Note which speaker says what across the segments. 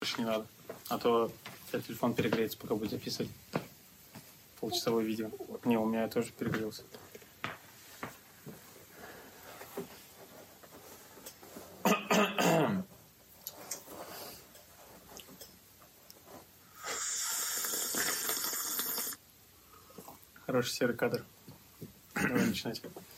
Speaker 1: больше не надо. А то у тебя телефон перегреется, пока будет записывать полчасовое видео. Не, у меня тоже перегрелся. Хороший серый кадр. Давай начинать.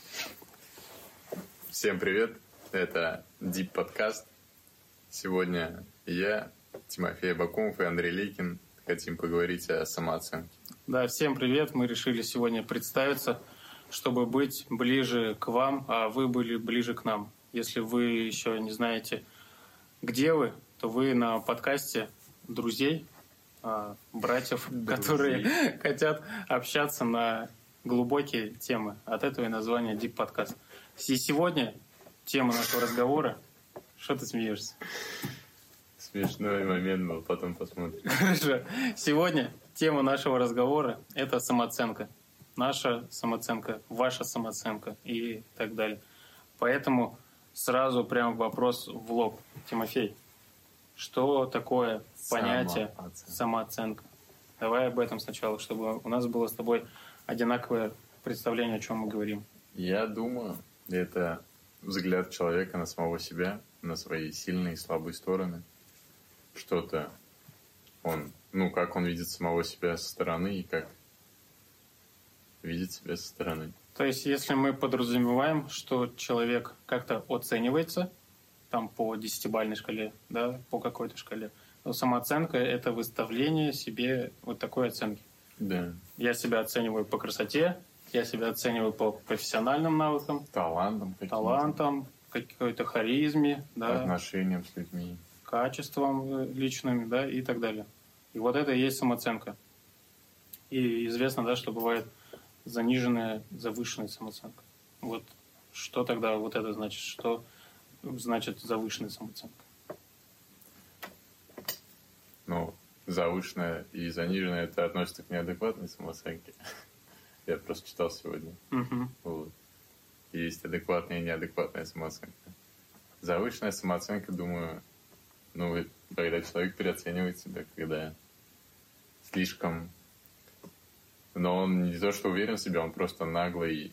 Speaker 2: Всем привет. Это Deep подкаст. Сегодня я, Тимофей Абакумов и Андрей Лейкин хотим поговорить о самооценке.
Speaker 1: Да, всем привет. Мы решили сегодня представиться, чтобы быть ближе к вам, а вы были ближе к нам. Если вы еще не знаете, где вы, то вы на подкасте друзей, братьев, которые хотят общаться на глубокие темы. От этого и название Deep Podcast. И сегодня тема нашего разговора. Что ты смеешься?
Speaker 2: Смешной момент был, потом посмотрим.
Speaker 1: Хорошо. Сегодня тема нашего разговора – это самооценка. Наша самооценка, ваша самооценка и так далее. Поэтому сразу прям вопрос в лоб. Тимофей, что такое понятие самооценка? Давай об этом сначала, чтобы у нас было с тобой одинаковое представление, о чем мы говорим.
Speaker 2: Я думаю, это взгляд человека на самого себя, на свои сильные и слабые стороны. Что-то он, как он видит самого себя со стороны и как видит себя со стороны.
Speaker 1: То есть, если мы подразумеваем, что человек как-то оценивается, там по 10-бальной шкале, да, по какой-то шкале, то самооценка – это выставление себе вот такой оценки.
Speaker 2: Да.
Speaker 1: Я себя оцениваю по красоте, я себя оцениваю по профессиональным навыкам, талантам, какой-то харизме, да,
Speaker 2: отношениям с людьми,
Speaker 1: качествам личным, да, и так далее. И вот это и есть самооценка. И известно, да, что бывает заниженная, завышенная самооценка. Вот что тогда вот это значит? Что значит завышенная самооценка?
Speaker 2: Завышенная и заниженная – это относится к неадекватной самооценке. Я просто читал сегодня. Вот. Есть адекватная и неадекватная самооценка. Завышенная самооценка, думаю, когда человек переоценивает себя, когда слишком... Но он не то, что уверен в себе, он просто наглый,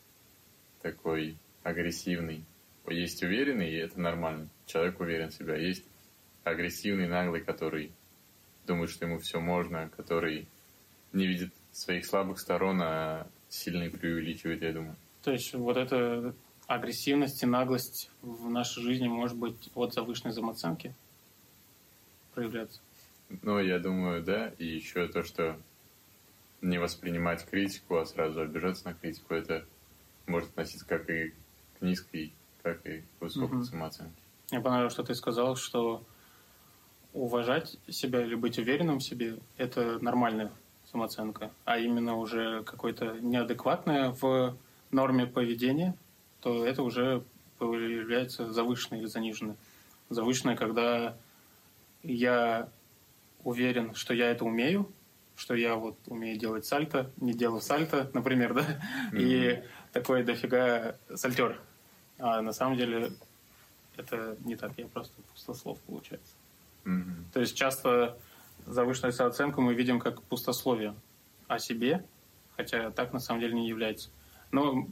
Speaker 2: такой агрессивный. Есть уверенный, и это нормально. Человек уверен в себя. Есть агрессивный, наглый, который думает, что ему все можно, который не видит своих слабых сторон, а сильно преувеличивает, я думаю.
Speaker 1: То есть вот эта агрессивность и наглость в нашей жизни может быть от завышенной самооценки проявляться?
Speaker 2: Я думаю, да. И еще то, что не воспринимать критику, а сразу обижаться на критику, это может относиться как и к низкой, как и к высокой самооценке.
Speaker 1: Мне понравилось, что ты сказал, что уважать себя или быть уверенным в себе – это нормальная самооценка, а именно уже какое-то неадекватное в норме поведения, то это уже появляется завышенное или заниженное. Завышенное, когда я уверен, что я это умею, что я вот умею делать сальто, не делаю сальто, например, да, и такой дофига сальтер. А на самом деле это не так, я просто пустослов получается. То есть часто завышенную самооценку мы видим как пустословие о себе, хотя так на самом деле не является. Но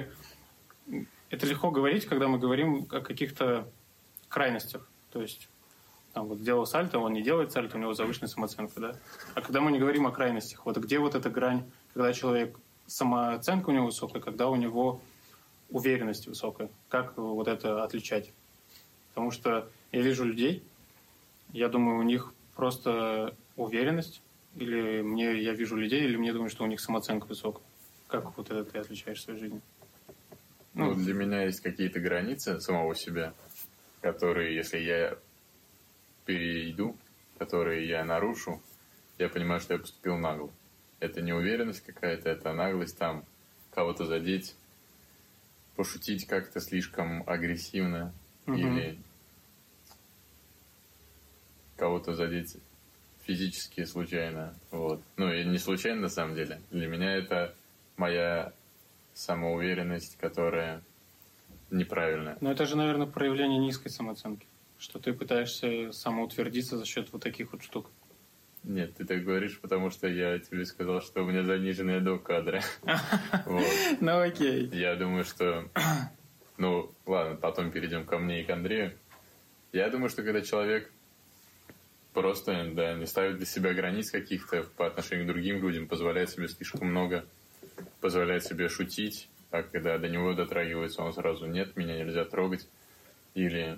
Speaker 1: это легко говорить, когда мы говорим о каких-то крайностях. То есть там вот делал сальто, он не делает сальто, у него завышенная самооценка, да. А когда мы не говорим о крайностях, вот где вот эта грань, когда человек самооценка у него высокая, когда у него уверенность высокая, как вот это отличать? Потому что я вижу людей, я думаю, у них просто уверенность, или я вижу людей, или мне думаю, что у них самооценка высокая. Как вот это ты отличаешь в своей жизни?
Speaker 2: Для меня есть какие-то границы самого себя, которые, если я перейду, которые я нарушу, я понимаю, что я поступил нагло. Это не уверенность какая-то, это наглость, там кого-то задеть, пошутить как-то слишком агрессивно или кого-то задеть физически случайно. Вот. И не случайно на самом деле. Для меня это моя самоуверенность, которая неправильная.
Speaker 1: Но это же, наверное, проявление низкой самооценки. Что ты пытаешься самоутвердиться за счет вот таких вот штук.
Speaker 2: Нет, ты так говоришь, потому что я тебе сказал, что у меня заниженная до кадра.
Speaker 1: Ну окей.
Speaker 2: Я думаю, что... Ну, ладно, потом перейдем ко мне и к Андрею. Я думаю, что когда человек просто не ставит для себя границ каких-то по отношению к другим людям, позволяет себе слишком много, позволяет себе шутить, а когда до него дотрагивается, он сразу «нет, меня нельзя трогать». Или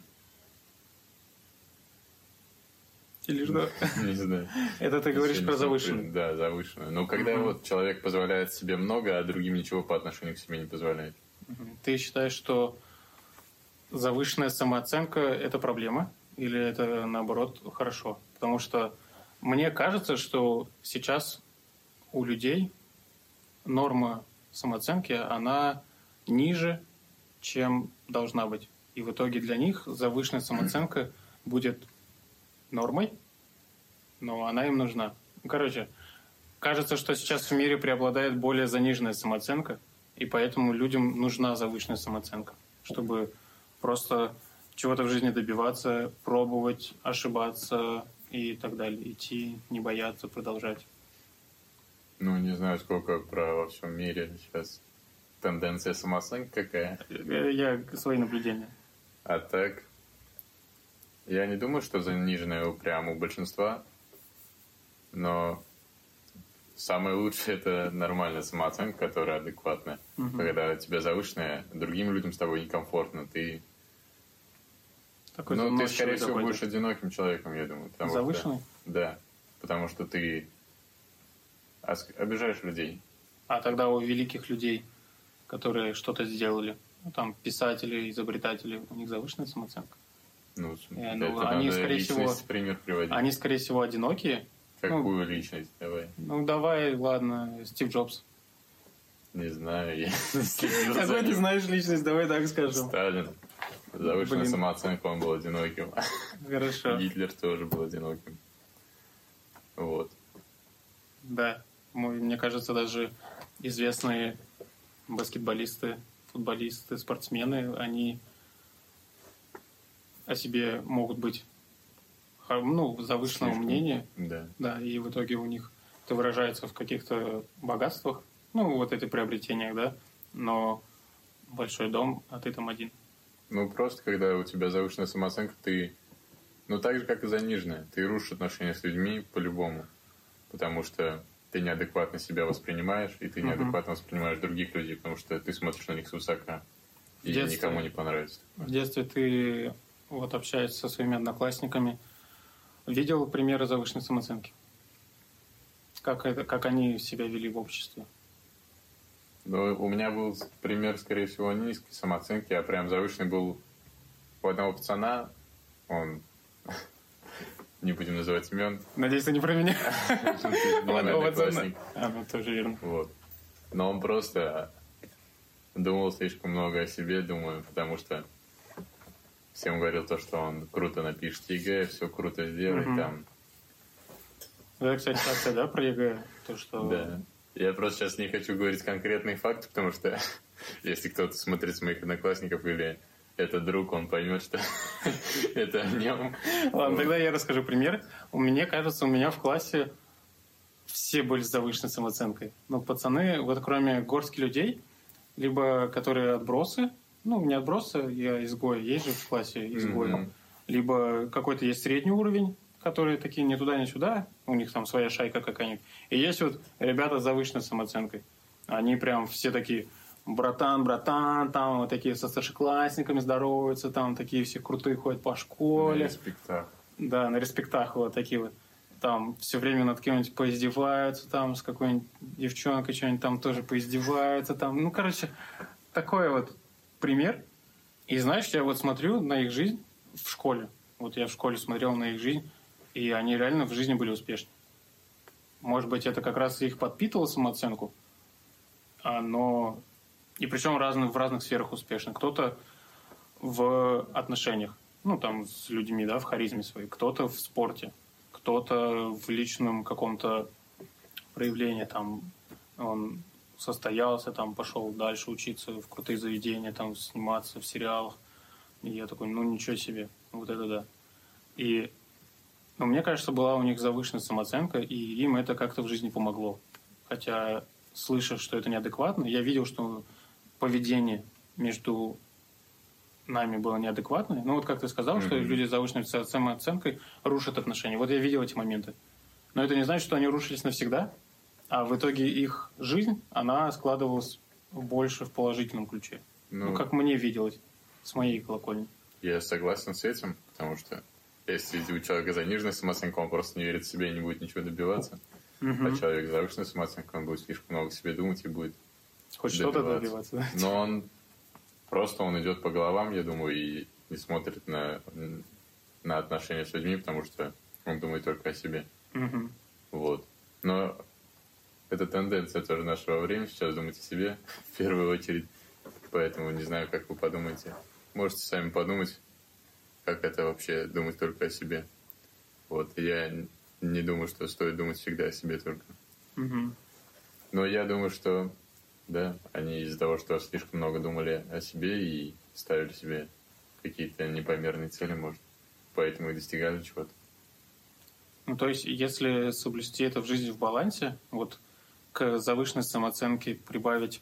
Speaker 1: что?
Speaker 2: Не знаю.
Speaker 1: Это ты говоришь про завышенную?
Speaker 2: Да, завышенную. Но когда вот человек позволяет себе много, а другим ничего по отношению к себе не позволяет.
Speaker 1: Ты считаешь, что завышенная самооценка – это проблема? Или это, наоборот, хорошо? Потому что мне кажется, что сейчас у людей норма самооценки, она ниже, чем должна быть. И в итоге для них завышенная самооценка будет нормой, но она им нужна. Короче, кажется, что сейчас в мире преобладает более заниженная самооценка, и поэтому людям нужна завышенная самооценка, чтобы просто чего-то в жизни добиваться, пробовать, ошибаться и так далее. Идти, не бояться, продолжать.
Speaker 2: Ну, не знаю, сколько во всем мире сейчас тенденция самооценки какая.
Speaker 1: Я свои наблюдения.
Speaker 2: А так, я не думаю, что заниженная прямо у большинства, но самое лучшее – это нормальная самооценка, которая адекватная. Когда у тебя завышенная, другим людям с тобой некомфортно, ты... ты, скорее всего, будешь одиноким человеком, я думаю.
Speaker 1: Завышенный?
Speaker 2: Да, потому что ты обижаешь людей.
Speaker 1: А тогда у великих людей, которые что-то сделали, там писатели, изобретатели, у них завышенная самооценка? Они, скорее всего,
Speaker 2: пример приводить.
Speaker 1: Они, скорее всего, одинокие.
Speaker 2: Какую личность? Давай.
Speaker 1: Давай, ладно, Стив Джобс.
Speaker 2: Не знаю, я
Speaker 1: Какой ты знаешь личность? Давай так скажем.
Speaker 2: Сталин. Завышенная самооценка, он был одиноким.
Speaker 1: Хорошо.
Speaker 2: Гитлер тоже был одиноким. Вот.
Speaker 1: Да. Мне кажется, даже известные баскетболисты, футболисты, спортсмены, они о себе могут быть завышенного мнения. Да, и в итоге у них это выражается в каких-то богатствах, вот эти приобретениях, да, но большой дом, а ты там один.
Speaker 2: Просто когда у тебя завышенная самооценка, ты, так же, как и заниженная, ты рушишь отношения с людьми по-любому, потому что ты неадекватно себя воспринимаешь, и ты неадекватно воспринимаешь других людей, потому что ты смотришь на них свысока, и никому не понравится. В
Speaker 1: детстве ты общаешься со своими одноклассниками, видел примеры завышенной самооценки? Как они себя вели в обществе?
Speaker 2: У меня был пример, скорее всего, низкой самооценки, а прям завышенный был у одного пацана, он... Не будем называть имен.
Speaker 1: Надеюсь, это не про меня.
Speaker 2: Одноклассник.
Speaker 1: Тоже верно.
Speaker 2: Вот. Но он просто думал слишком много о себе, думаю, потому что всем говорил то, что он круто напишет ЕГЭ, все круто сделает там.
Speaker 1: Это, кстати, факты, да, про ЕГЭ? То, что...
Speaker 2: Да. Я просто сейчас не хочу говорить конкретные факты, потому что если кто-то смотрит с моих одноклассников или это друг, он поймет, что это о нем.
Speaker 1: Ладно, тогда я расскажу пример. Мне кажется, у меня в классе все были с завышенной самооценкой. Пацаны, кроме горстки людей, либо которые отбросы, не отбросы, я изгой, есть же в классе изгои, либо какой-то есть средний уровень, которые такие ни туда, ни сюда, у них там своя шайка какая-нибудь. И есть ребята с завышенной самооценкой. Они прям все такие... Братан, там такие со старшеклассниками здороваются, там такие все крутые ходят по школе.
Speaker 2: На респектах.
Speaker 1: Да, на респектах такие Там все время над кем-нибудь поиздеваются, там с какой-нибудь девчонкой что-нибудь там тоже поиздеваются. Там. Такой пример. И знаешь, я смотрю на их жизнь в школе. Я в школе смотрел на их жизнь, и они реально в жизни были успешны. Может быть, это как раз их подпитывало самооценку, но... И причем в разных сферах успешно. Кто-то в отношениях, с людьми, да, в харизме своей. Кто-то в спорте. Кто-то в личном каком-то проявлении. Там он состоялся, там пошел дальше учиться в крутые заведения, там сниматься в сериалах. И я такой, ну ничего себе, вот это да. И мне кажется, была у них завышенная самооценка, и им это как-то в жизни помогло. Хотя, слыша, что это неадекватно, я видел, что поведение между нами было неадекватное. Ну вот как ты сказал, что люди с завышенной самооценкой рушат отношения. Вот я видел эти моменты. Но это не значит, что они рушились навсегда, а в итоге их жизнь, она складывалась больше в положительном ключе. Ну как мне виделось с моей колокольни.
Speaker 2: Я согласен с этим, потому что если у человека заниженная самооценка, он просто не верит в себя и не будет ничего добиваться. А человек с завышенной самооценкой, он будет слишком много себе думать и будет
Speaker 1: хоть что-то добиваться. Да?
Speaker 2: Но он идет по головам, я думаю, и не смотрит на отношения с людьми, потому что он думает только о себе. Вот. Но это тенденция тоже нашего времени, сейчас думать о себе в первую очередь. Поэтому не знаю, как вы подумаете. Можете сами подумать, как это вообще думать только о себе. Вот. Я не думаю, что стоит думать всегда о себе только. Но я думаю, что да, они из-за того, что слишком много думали о себе и ставили себе какие-то непомерные цели, может, поэтому и достигали чего-то.
Speaker 1: Ну, то есть, если соблюсти это в жизни в балансе, вот к завышенной самооценке прибавить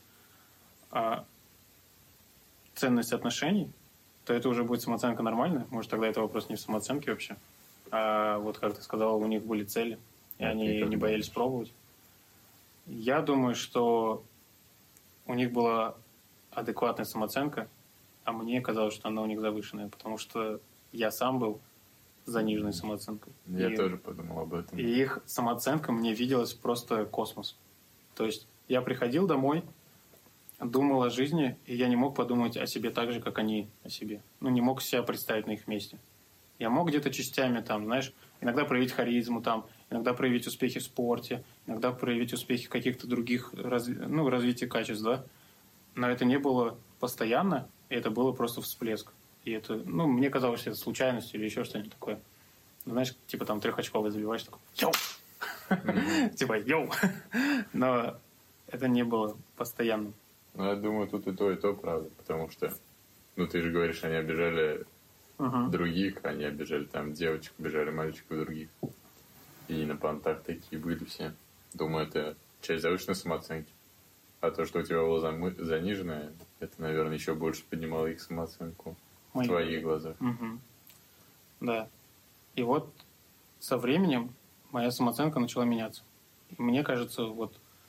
Speaker 1: ценность отношений, то это уже будет самооценка нормальная. Может, тогда это вопрос не в самооценке вообще. А вот, как ты сказал, у них были цели, и они не боялись пробовать. Я думаю, что у них была адекватная самооценка, а мне казалось, что она у них завышенная, потому что я сам был заниженной самооценкой.
Speaker 2: Я тоже подумал об этом.
Speaker 1: И их самооценка мне виделась просто космос. То есть я приходил домой, думал о жизни, и я не мог подумать о себе так же, как они о себе. Ну, не мог себя представить на их месте. Я мог где-то частями там, знаешь, иногда проявить харизму там, иногда проявить успехи в спорте, иногда проявить успехи в каких-то других развитии качеств, да. Но это не было постоянно, и это было просто всплеск. И это, мне казалось, что это случайность или еще что-нибудь такое. Ну, знаешь, типа там 3-очковый забиваешь, такой «Йоу!» Типа «Йоу!» Но это не было постоянным.
Speaker 2: Ну, я думаю, тут и то, правда. Потому что, ты же говоришь, они обижали других, они обижали там девочек, обижали мальчиков других. И на понтах такие были все. Думаю, это часть завышенной самооценки. А то, что у тебя было заниженное, это, наверное, еще больше поднимало их самооценку в твоих глазах.
Speaker 1: Да. И вот со временем моя самооценка начала меняться. И мне кажется, вот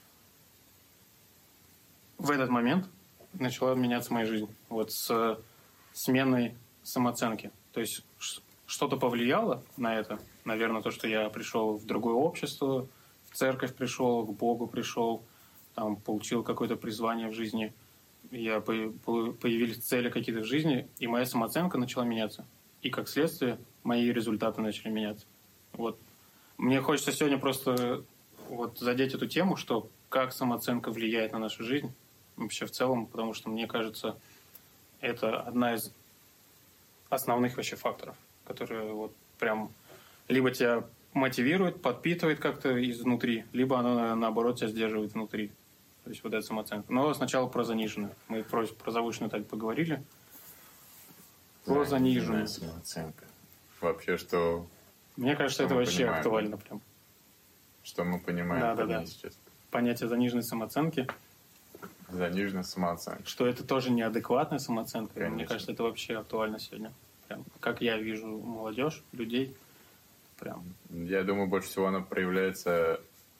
Speaker 1: в этот момент начала меняться моя жизнь. Вот с сменой самооценки. То есть что-то повлияло на это. Наверное, то, что я пришел в другое общество, в церковь пришел, к Богу пришел, там получил какое-то призвание в жизни, появились цели какие-то в жизни, и моя самооценка начала меняться. И как следствие мои результаты начали меняться. Вот. Мне хочется сегодня просто задеть эту тему, что как самооценка влияет на нашу жизнь вообще в целом, потому что мне кажется, это одна из основных вообще факторов, которые прям либо тебя мотивирует, подпитывает как-то изнутри, либо оно, наоборот, тебя сдерживает внутри. То есть эта самооценка. Но сначала про заниженную. Мы про завышенную так поговорили. Про заниженную.
Speaker 2: Самооценка. Вообще, что...
Speaker 1: Мне кажется, это вообще понимаем, актуально прям.
Speaker 2: Что мы понимаем
Speaker 1: да.
Speaker 2: сейчас.
Speaker 1: Понятие заниженной самооценки.
Speaker 2: Заниженная самооценка.
Speaker 1: Что это тоже неадекватная самооценка.
Speaker 2: Конечно.
Speaker 1: Мне кажется, это вообще актуально сегодня. Прям, как я вижу молодежь, людей. Прям.
Speaker 2: Я думаю, больше всего она проявляется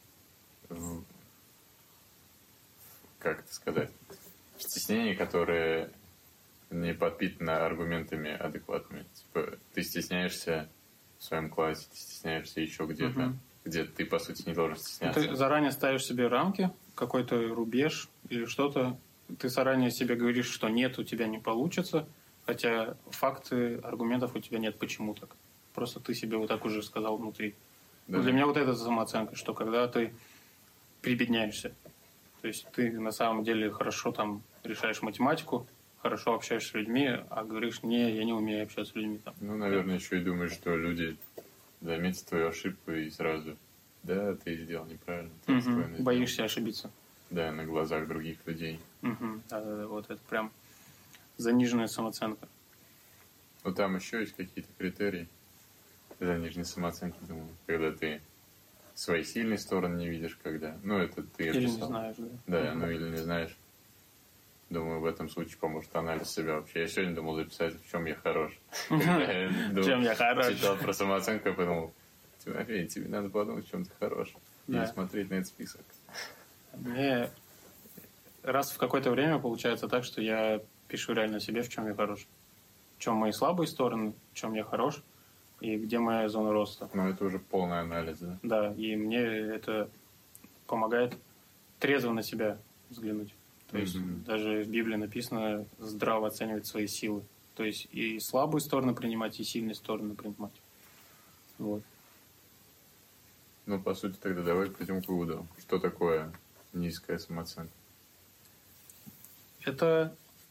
Speaker 2: как это сказать, в стеснении, которое не подпитано аргументами адекватными. Типа, ты стесняешься в своем классе, ты стесняешься еще где-то, где ты, по сути, не должен стесняться.
Speaker 1: Ты заранее ставишь себе рамки, какой-то рубеж или что-то. Ты заранее себе говоришь, что нет, у тебя не получится, хотя факты, аргументов у тебя нет. Почему так? Просто ты себе вот так уже сказал внутри. Да. Для меня это самооценка, что когда ты прибедняешься, то есть ты на самом деле хорошо там решаешь математику, хорошо общаешься с людьми, а говоришь, я не умею общаться с людьми. Там.
Speaker 2: Наверное, еще и думаешь, что люди заметят твою ошибку и сразу, да, ты сделал неправильно.
Speaker 1: Боишься ошибиться.
Speaker 2: Да, на глазах других людей.
Speaker 1: Да, вот это прям заниженная самооценка.
Speaker 2: Ну, там еще есть какие-то критерии заниженной самооценки, думаю, когда ты свои сильные стороны не видишь, когда... Ну, это ты
Speaker 1: или
Speaker 2: описал.
Speaker 1: не знаешь, да.
Speaker 2: Да, ну или не знаешь. Думаю, в этом случае поможет анализ себя вообще. Я сегодня думал записать, в чем я хорош.
Speaker 1: В чем я хорош.
Speaker 2: Читал про самооценку и подумал, Тимофей, тебе надо подумать, в чем ты хорош. И смотреть на этот список.
Speaker 1: Мне раз в какое-то время получается так, что я пишу реально себе, в чем я хорош. В чем мои слабые стороны, в чем я хорош, и где моя зона роста.
Speaker 2: Ну, это уже полный анализ, да?
Speaker 1: Да, и мне это помогает трезво на себя взглянуть. То есть даже в Библии написано здраво оценивать свои силы. То есть и слабые стороны принимать, и сильные стороны принимать. Вот.
Speaker 2: Ну, по сути, тогда давай придем к выводу. Что такое низкая самооценка?
Speaker 1: Это...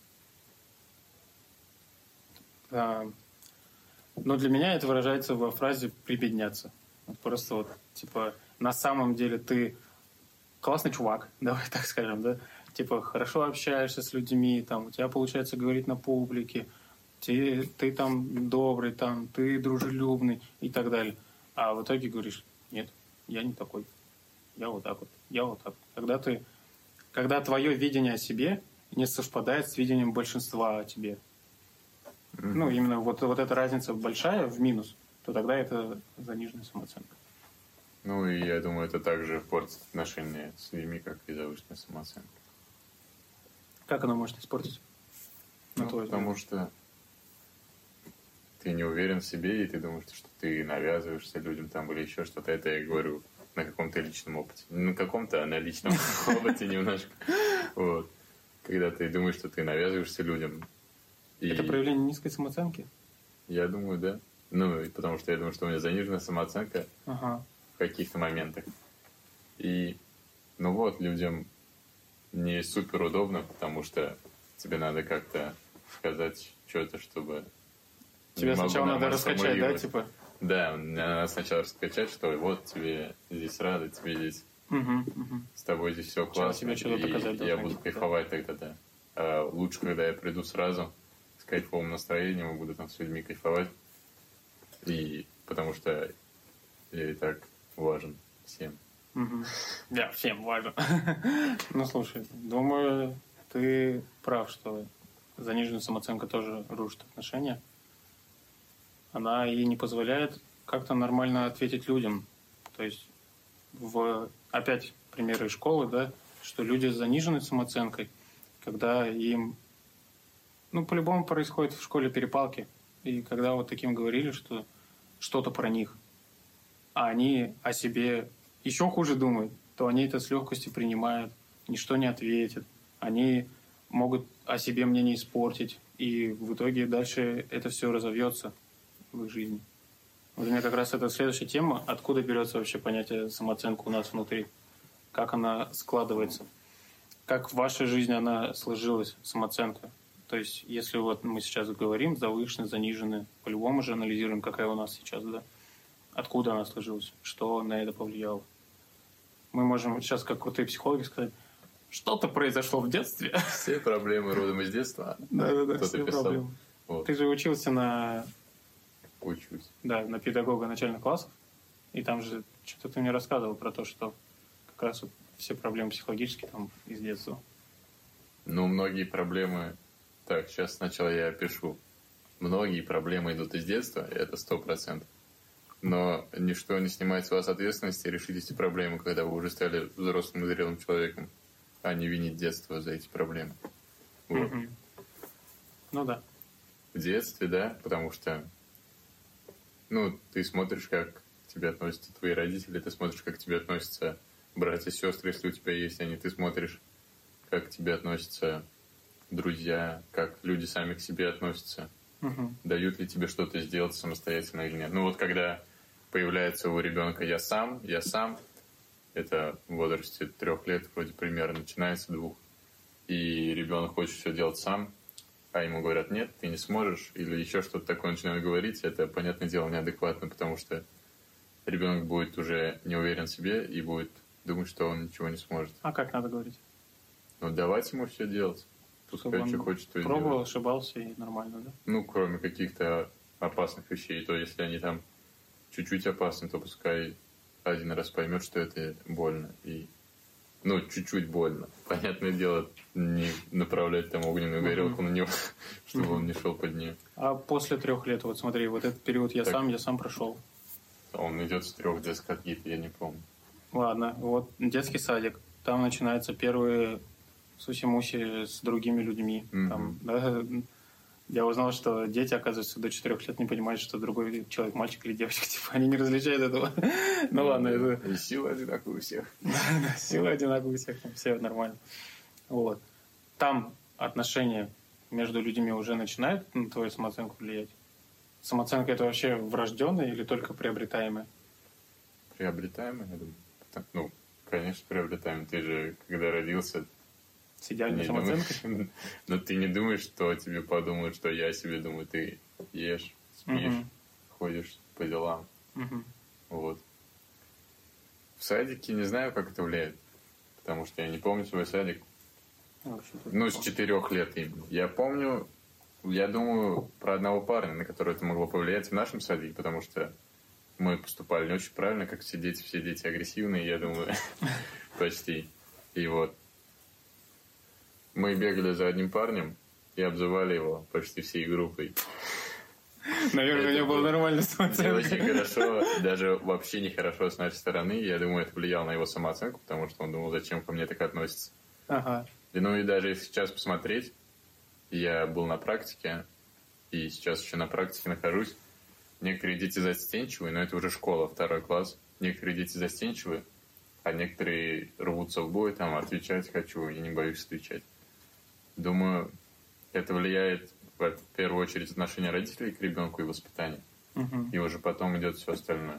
Speaker 1: Но для меня это выражается во фразе «прибедняться». Просто вот, типа, на самом деле ты классный чувак, давай так скажем, да? Типа, хорошо общаешься с людьми, там, у тебя получается говорить на публике, ты там добрый, там, ты дружелюбный и так далее. А в итоге говоришь, нет, я не такой, я вот так вот, я вот так. Когда твое видение о себе не совпадает с видением большинства о тебе, ну, именно вот эта разница большая в минус, то тогда это заниженная самооценка.
Speaker 2: Ну, и я думаю, это также портит отношения с людьми, как и завышенная самооценка.
Speaker 1: Как она может испортить?
Speaker 2: Ну, потому что ты не уверен в себе, и ты думаешь, что ты навязываешься людям там или еще что-то. Это я говорю на каком-то личном опыте. Не на каком-то, а на личном опыте немножко. Вот. Когда ты думаешь, что ты навязываешься людям.
Speaker 1: Это проявление низкой самооценки?
Speaker 2: Я думаю, да. Ну, потому что я думаю, что у меня заниженная самооценка в каких-то моментах. И, ну вот, людям не супер удобно, потому что тебе надо как-то сказать что-то, чтобы...
Speaker 1: Тебе сначала надо раскачать, да, типа?
Speaker 2: Да, надо сначала раскачать, что вот тебе здесь рады, тебе здесь... С тобой здесь все классно, и я буду кайфовать тогда, да. А лучше, когда я приду сразу с кайфовым настроением и буду там с людьми кайфовать. И потому что я и так важен всем.
Speaker 1: Да, всем важен. Ну, слушай, думаю, ты прав, что заниженная самооценка тоже рушит отношения. Она и не позволяет как-то нормально ответить людям. То есть, опять примеры из школы, да, что люди с заниженной самооценкой, когда им, ну, по-любому происходит в школе перепалки, и когда вот таким говорили, что что-то про них, а они о себе еще хуже думают, то они это с легкостью принимают, ничто не ответят, они могут о себе мнение испортить, и в итоге дальше это все разовьется в их жизни. Вот у меня как раз это следующая тема, откуда берется вообще понятие самооценка у нас внутри, как она складывается, как в вашей жизни она сложилась, самооценка. То есть, если вот мы сейчас говорим завышенная, заниженная, по-любому же анализируем, какая у нас сейчас, да, откуда она сложилась, что на это повлияло. Мы можем сейчас, как крутые психологи, сказать, что-то произошло в детстве.
Speaker 2: Все проблемы родом из детства.
Speaker 1: Да, все проблемы. Вот. Ты же учился на...
Speaker 2: Учусь.
Speaker 1: Да, на педагога начальных классов. И там же что-то ты мне рассказывал про то, что как раз вот все проблемы психологические там из детства.
Speaker 2: Ну, многие проблемы... Так, сейчас сначала я опишу. Многие проблемы идут из детства, это 100%. Но ничто не снимает с вас ответственности решить эти проблемы, когда вы уже стали взрослым и зрелым человеком, а не винить детство за эти проблемы. Вот.
Speaker 1: Ну да.
Speaker 2: В детстве, да, потому что ну, ты смотришь, как к тебе относятся твои родители, ты смотришь, как к тебе относятся братья и сестры, если у тебя есть они, ты смотришь, как к тебе относятся друзья, как люди сами к себе относятся, дают ли тебе что-то сделать самостоятельно или нет. Ну вот когда появляется у ребенка я сам, это в возрасте 3 лет вроде примерно, начинается 2, и ребенок хочет все делать сам, а ему говорят, нет, ты не сможешь, или еще что-то такое начинают говорить, это, понятное дело, неадекватно, потому что ребенок будет уже не уверен в себе и будет думать, что он ничего не сможет.
Speaker 1: А как надо говорить?
Speaker 2: Ну, давать ему все делать. Пускай что хочет, то и
Speaker 1: пробовал,
Speaker 2: делает.
Speaker 1: ошибался и нормально, да?
Speaker 2: Ну, кроме каких-то опасных вещей, то если они там чуть-чуть опасны, то пускай один раз поймет, что это больно. И, ну, чуть-чуть больно. Понятное дело, не направлять там огненную горелку на него, чтобы он не шел под нее.
Speaker 1: А после 3 лет, вот смотри, вот этот период я сам прошел.
Speaker 2: Он идет с 3 до скольки-то, я не помню.
Speaker 1: Ладно, вот детский садик. Там начинаются первые суси-муси с другими людьми. Там, да, я узнал, что дети, оказывается, до 4 лет не понимают, что другой человек мальчик или девочка. Типа, они не различают этого. Ну ладно, это...
Speaker 2: И сила одинаковая у всех.
Speaker 1: Сила одинаковая у всех, все нормально. Вот. Там отношения между людьми уже начинают на твою самооценку влиять? Самооценка это вообще врожденная или только приобретаемая?
Speaker 2: Приобретаемая, я думаю. Ну, конечно, приобретаемая. Ты же, когда родился...
Speaker 1: С идеальной самооценкой?
Speaker 2: Но ты не думаешь, что тебе подумают, что я себе думаю. Ты ешь, спишь, ходишь по делам. Вот. В садике не знаю, как это влияет. Потому что я не помню свой садик. Ну, с 4 лет именно. Я помню, я думаю про одного парня, на которого это могло повлиять в нашем садике, потому что мы поступали не очень правильно, как все дети агрессивные, я думаю, почти. И вот мы бегали за одним парнем и обзывали его почти всей группой.
Speaker 1: Наверное, у него было нормально самооценка.
Speaker 2: Не очень хорошо, даже вообще нехорошо с нашей стороны. Я думаю, это влияло на его самооценку, потому что он думал, зачем ко мне так относится.
Speaker 1: Ага.
Speaker 2: Ну и даже если сейчас посмотреть, я был на практике, и сейчас еще на практике нахожусь. Некоторые дети застенчивые, но это уже школа, 2 класс. Некоторые дети застенчивые, а некоторые рвутся в бой, там, отвечать хочу и не боюсь отвечать. Думаю, это влияет в первую очередь отношение родителей к ребенку и воспитание. И уже потом идет все остальное.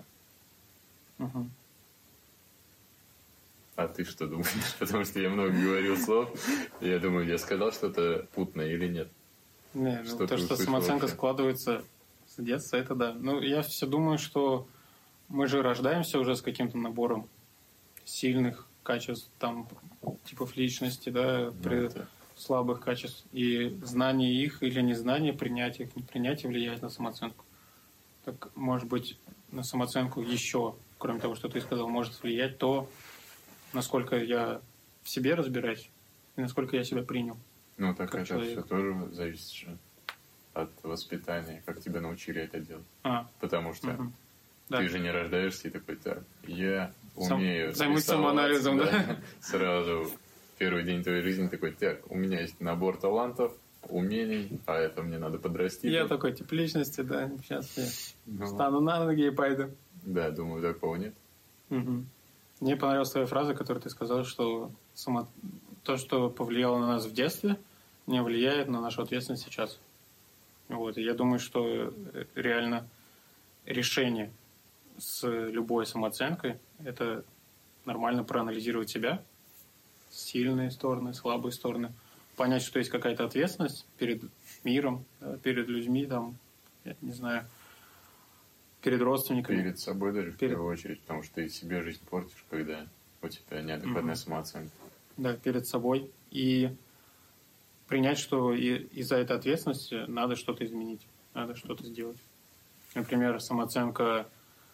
Speaker 2: А ты что думаешь? Потому что я много говорил слов, и я думаю, я сказал что-то путное или нет?
Speaker 1: Не, ну, то, что самооценка вообще складывается с детства, это да. Ну, я все думаю, что мы же рождаемся уже с каким-то набором сильных качеств, там, типов личности, да, слабых качеств. И знание их или незнание, принятие их, непринятие влияет на самооценку. Так, может быть, на самооценку еще, кроме того, что ты сказал, может влиять то, насколько я в себе разбираюсь и насколько я себя принял.
Speaker 2: Ну, так это человек. Все тоже зависит же от воспитания, как тебя научили это делать. Потому что ты же не рождаешься и такой, так, я умею...
Speaker 1: Займусь самоанализом, да?
Speaker 2: Сразу в первый день твоей жизни такой, так, у меня есть набор талантов, умений, а это мне надо подрасти.
Speaker 1: Я такой тип личности, да, сейчас я встану на ноги и пойду.
Speaker 2: Да, думаю, такого нет.
Speaker 1: Мне понравилась твоя фраза, которую ты сказал, что то, что повлияло на нас в детстве, не влияет на нашу ответственность сейчас. Вот. И я думаю, что реально решение с любой самооценкой – это нормально проанализировать себя, сильные стороны, слабые стороны, понять, что есть какая-то ответственность перед миром, да, перед людьми, там, я не знаю, перед родственниками.
Speaker 2: Перед собой даже в первую очередь, потому что ты себе жизнь портишь, когда у тебя неадекватная самооценка.
Speaker 1: Да, перед собой. И принять, что из-за этой ответственности надо что-то изменить, надо что-то сделать. Например, самооценка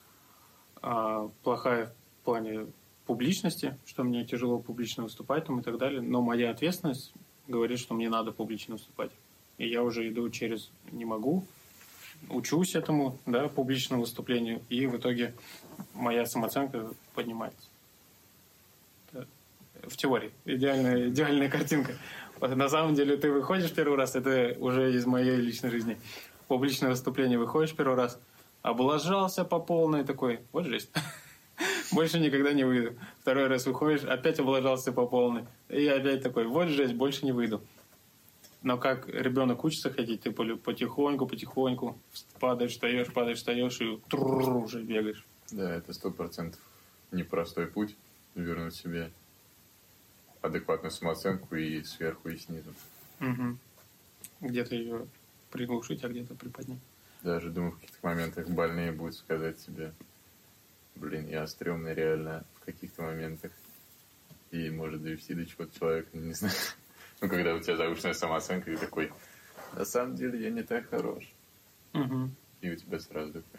Speaker 1: плохая в плане публичности, что мне тяжело публично выступать там, и так далее, но моя ответственность говорит, что мне надо публично выступать. И я уже иду через «не могу», учусь этому, да, публичному выступлению, и в итоге моя самооценка поднимается. Это в теории. Идеальная картинка. На самом деле ты выходишь первый раз, это уже из моей личной жизни. Публичное выступление выходишь первый раз, облажался по полной, такой, вот жесть. Больше никогда не выйду. Второй раз выходишь, опять облажался по полной. И опять такой, вот жесть, больше не выйду. Но как ребенок учится ходить, ты потихоньку падаешь, встаешь и уже бегаешь.
Speaker 2: Да, это 100% непростой путь вернуть себе адекватную самооценку и сверху, и снизу.
Speaker 1: Где-то ее приглушить, а где-то приподнять.
Speaker 2: Даже, думаю, в каких-то моментах больнее будет сказать себе, блин, я стрёмный реально в каких-то моментах. И может довести до чего-то человека, не знаю. Ну, когда у тебя завышенная самооценка, ты такой, на самом деле я не так хорош.
Speaker 1: Угу.
Speaker 2: И у тебя сразу такой.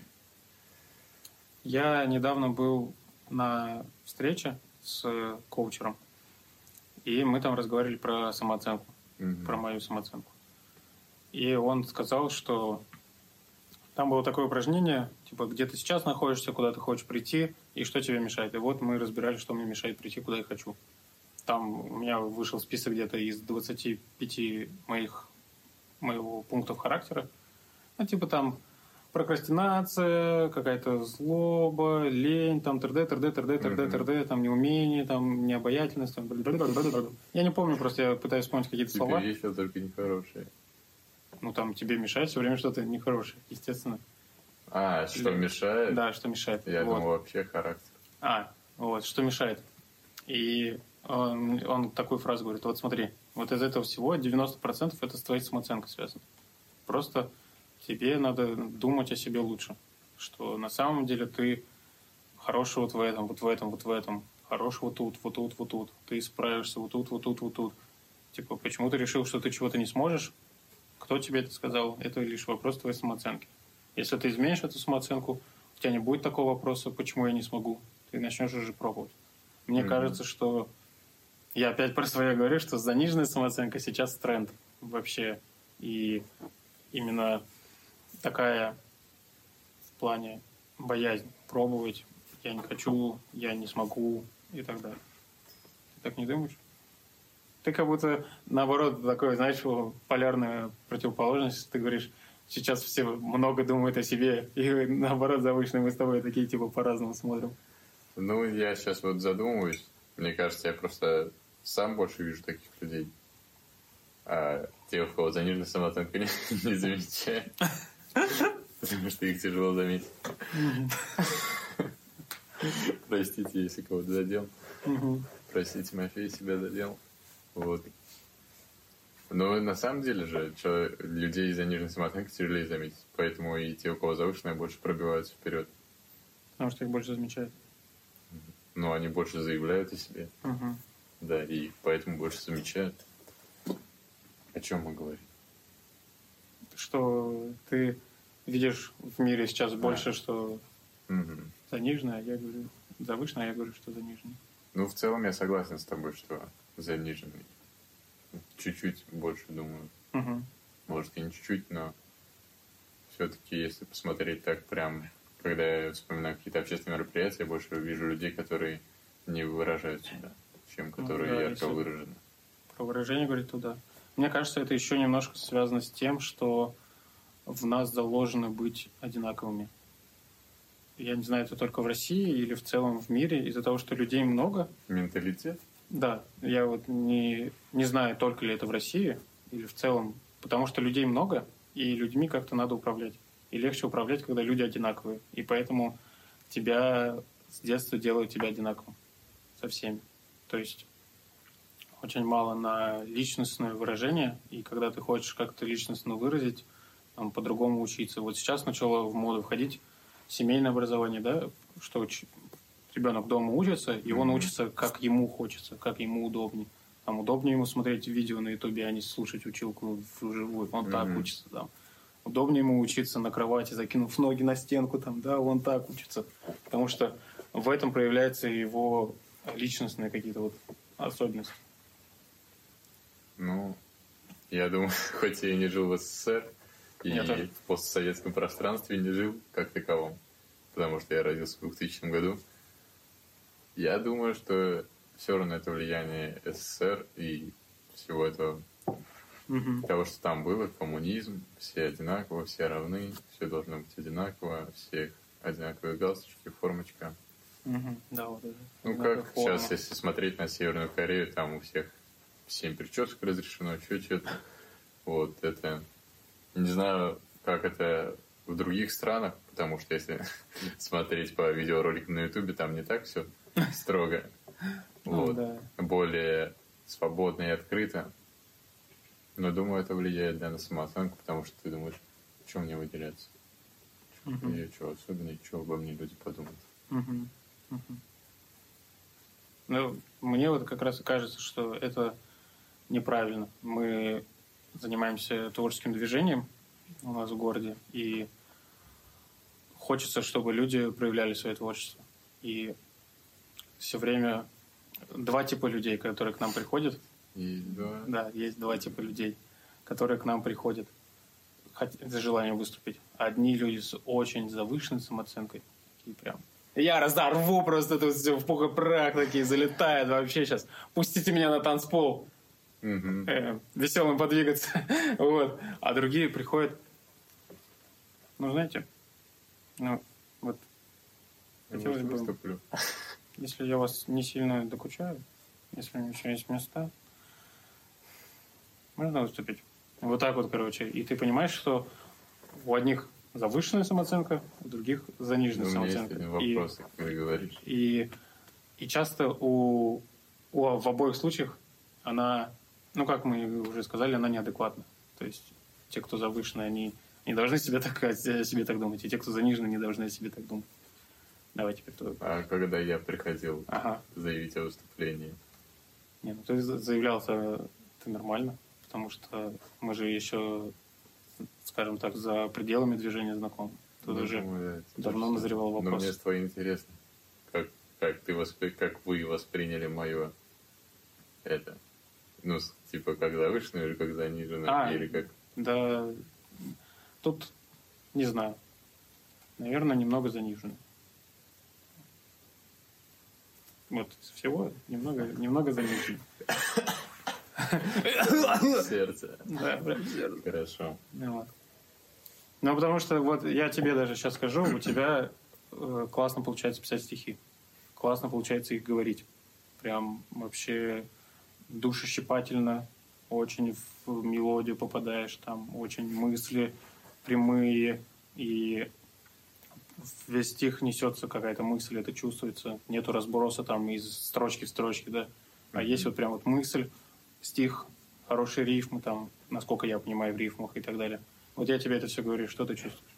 Speaker 1: Я недавно был на встрече с коучером, и мы там разговаривали про самооценку, про мою самооценку. И он сказал, что там было такое упражнение, типа, где ты сейчас находишься, куда ты хочешь прийти, и что тебе мешает. И вот мы разбирали, что мне мешает прийти, куда я хочу. Там у меня вышел список где-то из 25 моего пунктов характера. Ну, типа там прокрастинация, какая-то злоба, лень, там ТРД, там неумение, там необаятельность. Там... Я не помню, просто я пытаюсь вспомнить какие-то слова.
Speaker 2: Теперь еще только нехорошие.
Speaker 1: Ну, там тебе мешает все время что-то нехорошее, естественно.
Speaker 2: А, что мешает?
Speaker 1: Да, что мешает.
Speaker 2: Я думал, вообще характер.
Speaker 1: Вот, что мешает. И он такую фразу говорит, вот смотри, вот из этого всего 90% это с твоей самооценкой связано. Просто тебе надо думать о себе лучше. Что на самом деле ты хороший вот в этом, вот в этом, вот в этом. Хороший вот тут, вот тут, вот тут. Ты справишься вот тут, вот тут, вот тут. Типа, почему ты решил, что ты чего-то не сможешь? Кто тебе это сказал? Это лишь вопрос твоей самооценки. Если ты изменишь эту самооценку, у тебя не будет такого вопроса, почему я не смогу. Ты начнешь уже пробовать. Мне кажется, что... Я опять про свое говорю, что заниженная самооценка сейчас тренд вообще. И именно такая в плане боязнь пробовать. Я не хочу, я не смогу и так далее. Ты так не думаешь? Ты как будто, наоборот, такой, знаешь, полярная противоположность. Ты говоришь, сейчас все много думают о себе, и наоборот, завышенные мы с тобой такие, типа, по-разному смотрим.
Speaker 2: Ну, я сейчас вот задумываюсь. Мне кажется, я просто сам больше вижу таких людей. А тех, у кого заниженная самооценка, не замечаю. Потому что их тяжело заметить. Простите, если кого-то задел. Простите, Мафей, себя задел. Вот. Но на самом деле же, людей из заниженной самооценкой тяжелее заметить. Поэтому и те, у кого завышенная, больше пробиваются вперед.
Speaker 1: Потому что их больше замечают.
Speaker 2: Ну, они больше заявляют о себе. Да, и поэтому больше замечают. О чем мы говорим?
Speaker 1: Что ты видишь в мире сейчас больше, что заниженное, я говорю завышенное, я говорю, что заниженное.
Speaker 2: Ну, в целом я согласен с тобой, что заниженный. Чуть-чуть больше думаю. Может, и не чуть-чуть, но все-таки, если посмотреть так прям, когда я вспоминаю какие-то общественные мероприятия, я больше вижу людей, которые не выражают себя, чем которые ярко выражены.
Speaker 1: Про выражение говорить туда. Мне кажется, это еще немножко связано с тем, что в нас заложено быть одинаковыми. Я не знаю, это только в России или в целом в мире, из-за того, что людей много.
Speaker 2: Менталитет?
Speaker 1: Да, я вот не знаю, только ли это в России или в целом, потому что людей много, и людьми как-то надо управлять. И легче управлять, когда люди одинаковые. И поэтому тебя с детства делают тебя одинаковым со всеми. То есть очень мало на личностное выражение, и когда ты хочешь как-то личностно выразить, там, по-другому учиться. Вот сейчас начало в моду входить семейное образование, да, что ребенок дома учится, и он учится, как ему хочется, как ему удобнее. Там удобнее ему смотреть видео на Ютубе, а не слушать училку вживую. Он так учится там. Удобнее ему учиться на кровати, закинув ноги на стенку, там, да, он так учится. Потому что в этом проявляются его личностные какие-то вот особенности.
Speaker 2: Ну, я думаю, хоть я и не жил в СССР, и в постсоветском пространстве не жил как таковом, потому что я родился в 2000 году, я думаю, что все равно это влияние СССР и всего этого, того, что там было, коммунизм, все одинаково, все равны, все должно быть одинаково, всех одинаковые галстучки, формочка.
Speaker 1: Да, вот это.
Speaker 2: Ну, как сейчас, если смотреть на Северную Корею, там у всех 7 причесок разрешено, что-то. Вот, это... Не знаю, как это в других странах, потому что если смотреть по видеороликам на Ютубе, там не так все строго. Вот. Более свободно и открыто. Но думаю, это влияет на самооценку, потому что ты думаешь, что мне выделяться? Я что особенный, что обо мне люди подумают.
Speaker 1: Ну, мне вот как раз и кажется, что это неправильно. Мы занимаемся творческим движением у нас в городе, и хочется, чтобы люди проявляли свое творчество. И все время два типа людей, которые к нам приходят.
Speaker 2: Есть два?
Speaker 1: Да, есть два типа людей, которые к нам приходят с желанием выступить. Одни люди с очень завышенной самооценкой. Такие прям: я разорву просто тут все в пух и прах, такие залетают вообще сейчас. Пустите меня на танцпол. Веселым подвигаться. Вот. А другие приходят, ну, знаете, ну, вот.
Speaker 2: Хотелось бы, выступлю.
Speaker 1: Если я вас не сильно докучаю, если у меня еще есть места, можно выступить. Вот так вот, короче. И ты понимаешь, что у одних завышенная самооценка, у других заниженная самооценка.
Speaker 2: У меня есть один вопрос, как ты говоришь.
Speaker 1: И часто в обоих случаях она, ну, как мы уже сказали, она неадекватна. То есть те, кто завышенные, они не должны о себе так думать, и те, кто заниженные, не должны о себе так думать. Давай теперь кто.
Speaker 2: А когда я приходил заявить о выступлении?
Speaker 1: Не, ну ты заявлял-то ты нормально, потому что мы же еще, скажем так, за пределами движения знакомы. Тут уже давно назревал вопрос.
Speaker 2: Но мне с тобой интересно, как вы восприняли мое это, ну, типа, как завышенное или как заниженное, или как...
Speaker 1: Да, тут не знаю. Наверное, немного заниженное. Вот всего немного заниженное.
Speaker 2: Сердце.
Speaker 1: Да, прям сердце.
Speaker 2: Хорошо.
Speaker 1: Вот. Ну, потому что вот я тебе даже сейчас скажу, у тебя классно получается писать стихи. Классно получается их говорить. Прям вообще душещипательно, очень в мелодию попадаешь, там очень мысли прямые, и весь стих несется какая-то мысль, это чувствуется. Нету разброса там из строчки в строчке, да. А есть вот прям вот мысль, стих, хорошие рифмы там, насколько я понимаю в рифмах и так далее. Вот я тебе это все говорю, что ты чувствуешь?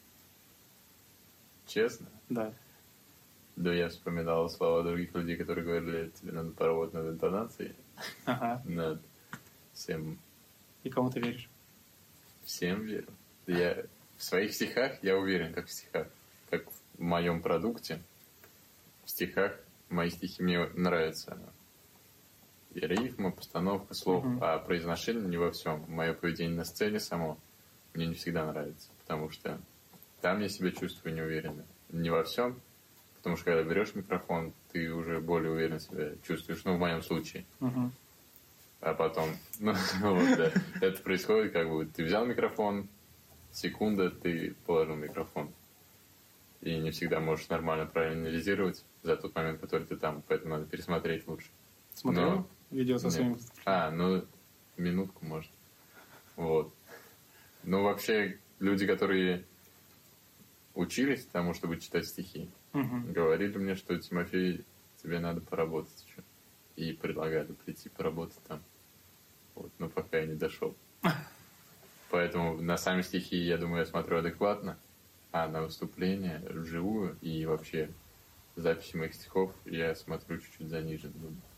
Speaker 2: Честно?
Speaker 1: Да.
Speaker 2: Да, я вспоминал слова других людей, которые говорили, тебе надо поработать над интонацией. Над всем.
Speaker 1: И кому ты веришь?
Speaker 2: Всем верю. Я в своих стихах, я уверен, как в стихах, как в моем продукте. В стихах мои стихи мне нравятся. И рифма, постановка слов, а произношение не во всем. Мое поведение на сцене само мне не всегда нравится, потому что там я себя чувствую неуверенно. Не во всем, потому что когда берешь микрофон, ты уже более уверенно себя чувствуешь, ну, в моем случае. А потом, это происходит как бы, ты взял микрофон, секунда, ты положил микрофон. И не всегда можешь нормально, правильно анализировать за тот момент, который ты там, поэтому надо пересмотреть лучше.
Speaker 1: Смотрел видео со своим?
Speaker 2: Минутку, может. Вот. Ну, вообще, люди, которые учились тому, чтобы читать стихи, говорили мне, что, Тимофей, тебе надо поработать еще. И предлагали прийти поработать там. Вот, но пока я не дошел. Поэтому на сами стихи, я думаю, я смотрю адекватно, а на выступление вживую и вообще записи моих стихов я смотрю чуть-чуть заниженно.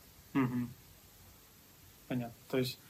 Speaker 1: Понятно. То есть,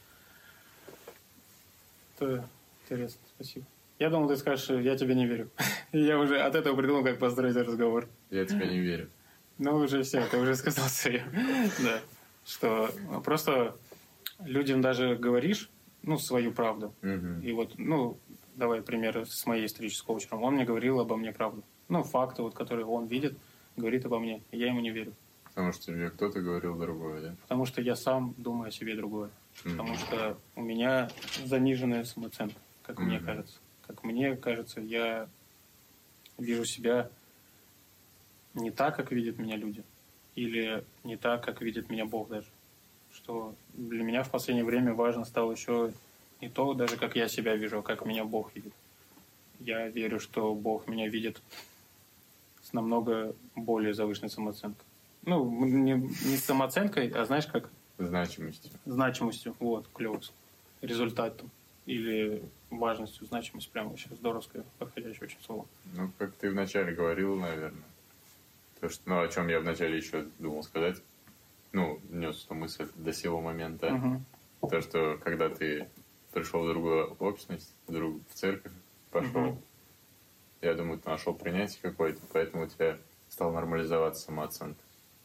Speaker 1: это интересно, спасибо. Я думал, ты скажешь, я тебе не верю. Я уже от этого придумал, как построить разговор.
Speaker 2: Я тебе не верю.
Speaker 1: Ну, уже все, ты уже сказал свое. Да. Что просто людям даже говоришь, ну, свою правду. И вот, ну, давай пример с моей встречи с коучером. Он мне говорил обо мне правду. Ну, факты, вот, которые он видит, говорит обо мне. И я ему не верю.
Speaker 2: Потому что тебе кто-то говорил другое, да?
Speaker 1: Потому что я сам думаю о себе другое. Потому что у меня заниженная самооценка, как мне кажется. Как мне кажется, я вижу себя не так, как видят меня люди. Или не так, как видит меня Бог даже. Что для меня в последнее время важно стало еще не то, даже как я себя вижу, а как меня Бог видит. Я верю, что Бог меня видит с намного более завышенной самооценкой. Ну, не с самооценкой, а знаешь как?
Speaker 2: Значимостью.
Speaker 1: Значимостью, вот, клево. Результатом. Или важностью, значимость, прям вообще здоровское, подходящее очень слово.
Speaker 2: Ну, как ты вначале говорил, наверное. То, что, ну, о чем я вначале еще думал сказать. Ну, нес эту мысль до сего момента. То, что когда ты пришел в другую общность, в церковь пошел, я думаю, ты нашел принятие какое-то, поэтому у тебя стала нормализоваться самооценка.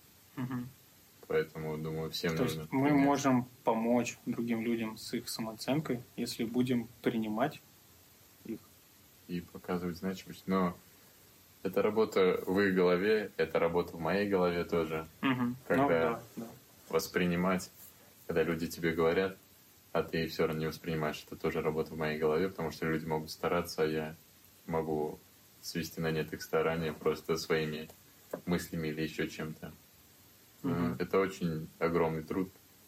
Speaker 2: Поэтому, думаю, всем
Speaker 1: То
Speaker 2: нужно
Speaker 1: есть мы можем помочь другим людям с их самооценкой, если будем принимать их.
Speaker 2: И показывать значимость. Но это работа в их голове, это работа в моей голове тоже. Когда воспринимать, когда люди тебе говорят, а ты все равно не воспринимаешь, это тоже работа в моей голове, потому что люди могут стараться, а я могу свести на нет их старания просто своими мыслями или еще чем-то. Это очень огромный труд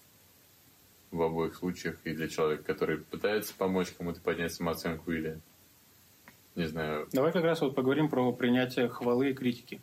Speaker 2: в обоих случаях и для человека, который пытается помочь кому-то поднять самооценку или, не знаю...
Speaker 1: Давай как раз вот поговорим про принятие хвалы и критики.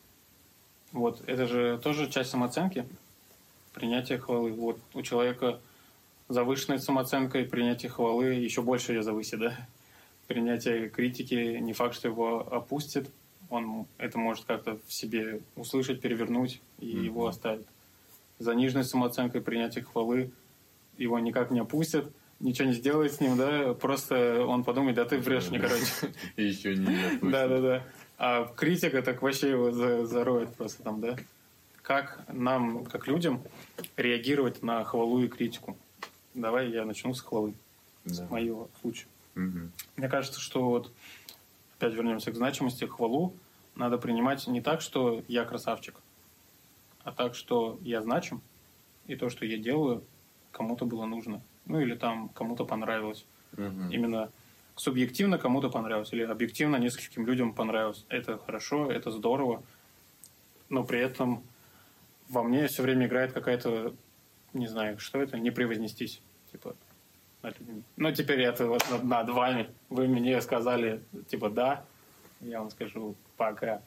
Speaker 1: Вот, это же тоже часть самооценки, принятие хвалы. Вот у человека завышенная самооценка, и принятие хвалы еще больше ее завысит, да? Принятие критики не факт, что его опустит, он это может как-то в себе услышать, перевернуть и его оставит. Заниженной самооценкой принятие хвалы его никак не опустят, ничего не сделает с ним, да, просто он подумает, да ты врешь мне, короче.
Speaker 2: И еще не опустит.
Speaker 1: Да. А критика так вообще его зароет просто там, да. Как нам, как людям, реагировать на хвалу и критику? Давай я начну с хвалы, с моего случая. Мне кажется, что вот опять вернемся к значимости. Хвалу надо принимать не так, что я красавчик, а так, что я значим, и то, что я делаю, кому-то было нужно. Ну, или там кому-то понравилось. Именно субъективно кому-то понравилось, или объективно нескольким людям понравилось. Это хорошо, это здорово, но при этом во мне все время играет какая-то, не знаю, что это, не превознестись. Типа, ну, теперь это вот над вами. Вы мне сказали, типа, да, я вам скажу пока.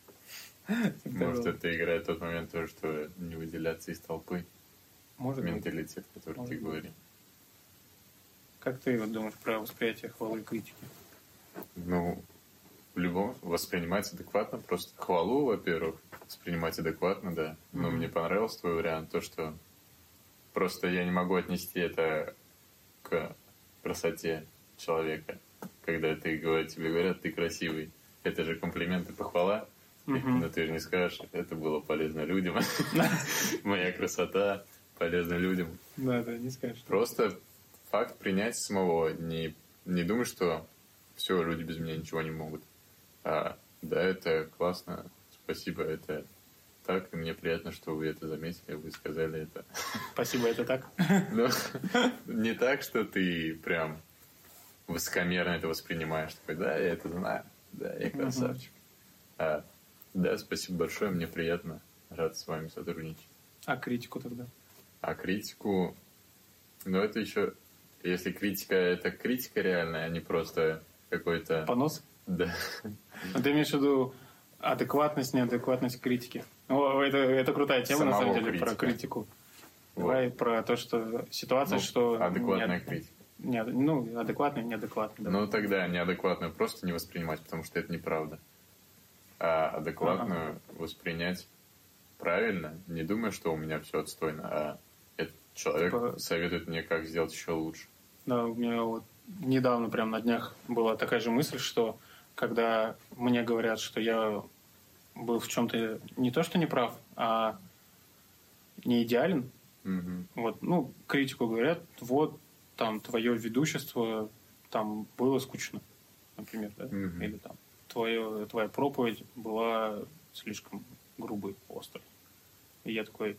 Speaker 2: Может, это играет тот момент тоже, что не выделяться из толпы.
Speaker 1: Может
Speaker 2: менталитет, который ты говорил.
Speaker 1: Как ты вот думаешь про восприятие хвалы и критики?
Speaker 2: Ну, в любом воспринимать адекватно. Просто хвалу, во-первых, воспринимать адекватно, да. Но мне понравился твой вариант, то, что просто я не могу отнести это к красоте человека. Когда тебе говорят, ты красивый. Это же комплимент и похвала. Но ты же не скажешь, это было полезно людям. Моя красота полезна людям.
Speaker 1: Да, не скажешь.
Speaker 2: Просто факт принять самого. Не думай, что все, люди без меня ничего не могут. Да, это классно. Спасибо, это так. И мне приятно, что вы это заметили, вы сказали это.
Speaker 1: Спасибо, это так?
Speaker 2: Ну, не так, что ты прям высокомерно это воспринимаешь. Такой, да, я это знаю. Да, я красавчик. Да, спасибо большое, мне приятно. Рад с вами сотрудничать.
Speaker 1: А критику тогда?
Speaker 2: А критику... Ну, это еще... Если критика, это критика реальная, а не просто какой-то...
Speaker 1: Понос?
Speaker 2: Да.
Speaker 1: Ты имеешь в виду адекватность, неадекватность критики? Ну, это крутая тема, на самом деле, про критику. Вот. Давай про то, что ситуация, что...
Speaker 2: Адекватная критика.
Speaker 1: Нет, адекватная, неадекватная.
Speaker 2: Ну, тогда неадекватную просто не воспринимать, потому что это неправда. А адекватную воспринять правильно, не думая, что у меня все отстойно, а этот человек советует мне, как сделать еще лучше.
Speaker 1: Да, у меня вот недавно, прям на днях, была такая же мысль, что когда мне говорят, что я был в чем-то не то, что не прав, а не идеален, вот, критику говорят, вот, там, твое ведущество, там, было скучно, например, да, или там, твоя проповедь была слишком грубой, острой. И я такой,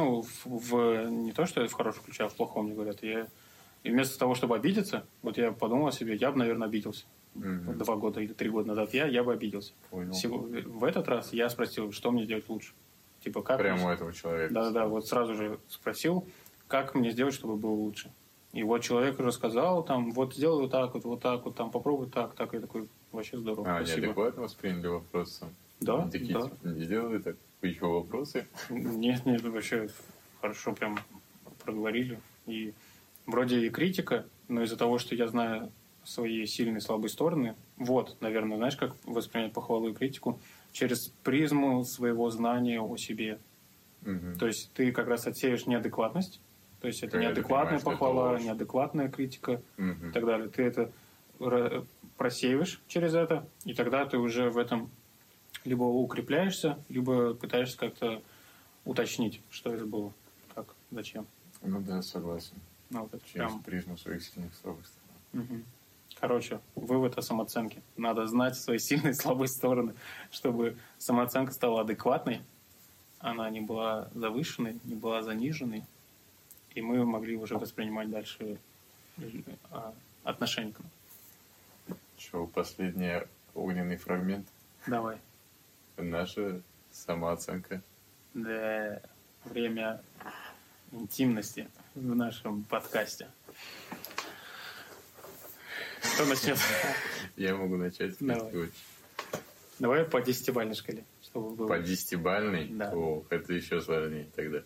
Speaker 1: не то, что это в хорошем ключе, а в плохом мне говорят. И вместо того, чтобы обидеться, вот я подумал о себе, я бы, наверное, обиделся. 2 года или 3 года назад я бы обиделся. В этот раз я спросил, что мне сделать лучше. Типа, как...
Speaker 2: Прямо у этого человека.
Speaker 1: Да, вот сразу же спросил, как мне сделать, чтобы было лучше. И вот человек уже сказал, там, вот сделай вот так, там, попробуй так, и такой, вообще здорово. Спасибо.
Speaker 2: Неадекватно восприняли вопрос?
Speaker 1: Да,
Speaker 2: да. Не сделали так? Еще вопросы?
Speaker 1: Нет, вообще хорошо прям проговорили. И вроде и критика, но из-за того, что я знаю свои сильные и слабые стороны, вот, наверное, знаешь, как воспринять похвалу и критику? Через призму своего знания о себе. То есть ты как раз отсеешь неадекватность То есть это неадекватная похвала, неадекватная критика и так далее. Ты это просеиваешь через это, и тогда ты уже в этом либо укрепляешься, либо пытаешься как-то уточнить, что это было, как, зачем.
Speaker 2: Ну да, согласен.
Speaker 1: Ну, вот это
Speaker 2: через
Speaker 1: прям...
Speaker 2: призму своих сильных слабых сторон.
Speaker 1: Угу. Короче, вывод о самооценке. Надо знать свои сильные и слабые стороны, чтобы самооценка стала адекватной, она не была завышенной, не была заниженной, и мы могли уже воспринимать дальше отношения к нам.
Speaker 2: Что, последний огненный фрагмент?
Speaker 1: Давай.
Speaker 2: Наша самооценка.
Speaker 1: Да, время интимности в нашем подкасте. Кто начнет?
Speaker 2: Я могу начать.
Speaker 1: Давай по 10-бальной шкале. Чтобы было.
Speaker 2: По 10-бальной?
Speaker 1: Да.
Speaker 2: О, это еще сложнее тогда.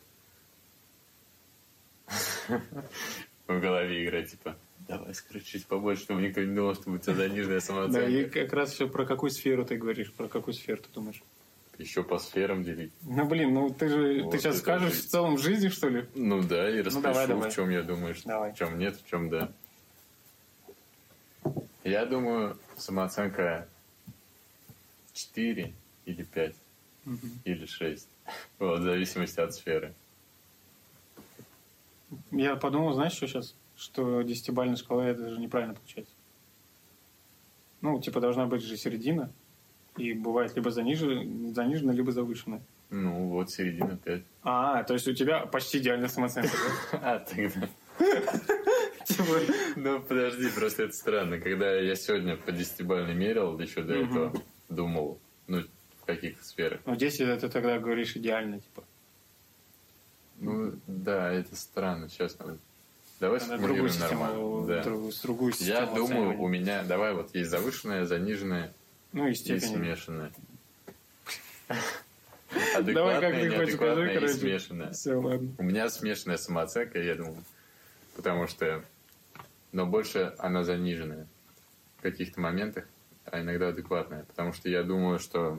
Speaker 2: В голове игра, типа, давай, скажи чуть побольше, чтобы никто не думал, что у тебя заниженная самооценка.
Speaker 1: Да, и как раз все про какую сферу ты говоришь, про какую сферу ты думаешь.
Speaker 2: Еще по сферам делить.
Speaker 1: Ну, блин, ну ты же, вот ты сейчас скажешь в целом жизни, что ли?
Speaker 2: Ну да, и распишу,
Speaker 1: давай.
Speaker 2: в чем я думаю, в чем нет, в чем да. Я думаю, самооценка 4 или 5, или 6. Вот, в зависимости от сферы.
Speaker 1: Я подумал, знаешь, что сейчас? Что 10-бальная шкала, это же неправильно получается. Ну, типа, должна быть же середина. И бывает либо занижена, либо завышенная.
Speaker 2: Ну, вот середина 5.
Speaker 1: То есть у тебя почти идеальная самооценка, да?
Speaker 2: Тогда... Ну, подожди, просто это странно. Когда я сегодня по 10-бальной мерил, еще до этого думал, ну, в каких сферах.
Speaker 1: Ну, 10 это ты тогда говоришь идеально, типа.
Speaker 2: Ну, да, это странно, честно. Давай сформулируем нормально.
Speaker 1: Другую систему.
Speaker 2: Я думаю, у меня, давай вот есть завышенная, заниженная,
Speaker 1: ну, и
Speaker 2: смешанная.
Speaker 1: Давай, как ты хочешь,
Speaker 2: скажи, короче. Смешанная.
Speaker 1: Все, ладно.
Speaker 2: У меня смешанная самооценка, я думаю, потому что, но больше она заниженная в каких-то моментах, а иногда адекватная, потому что я думаю, что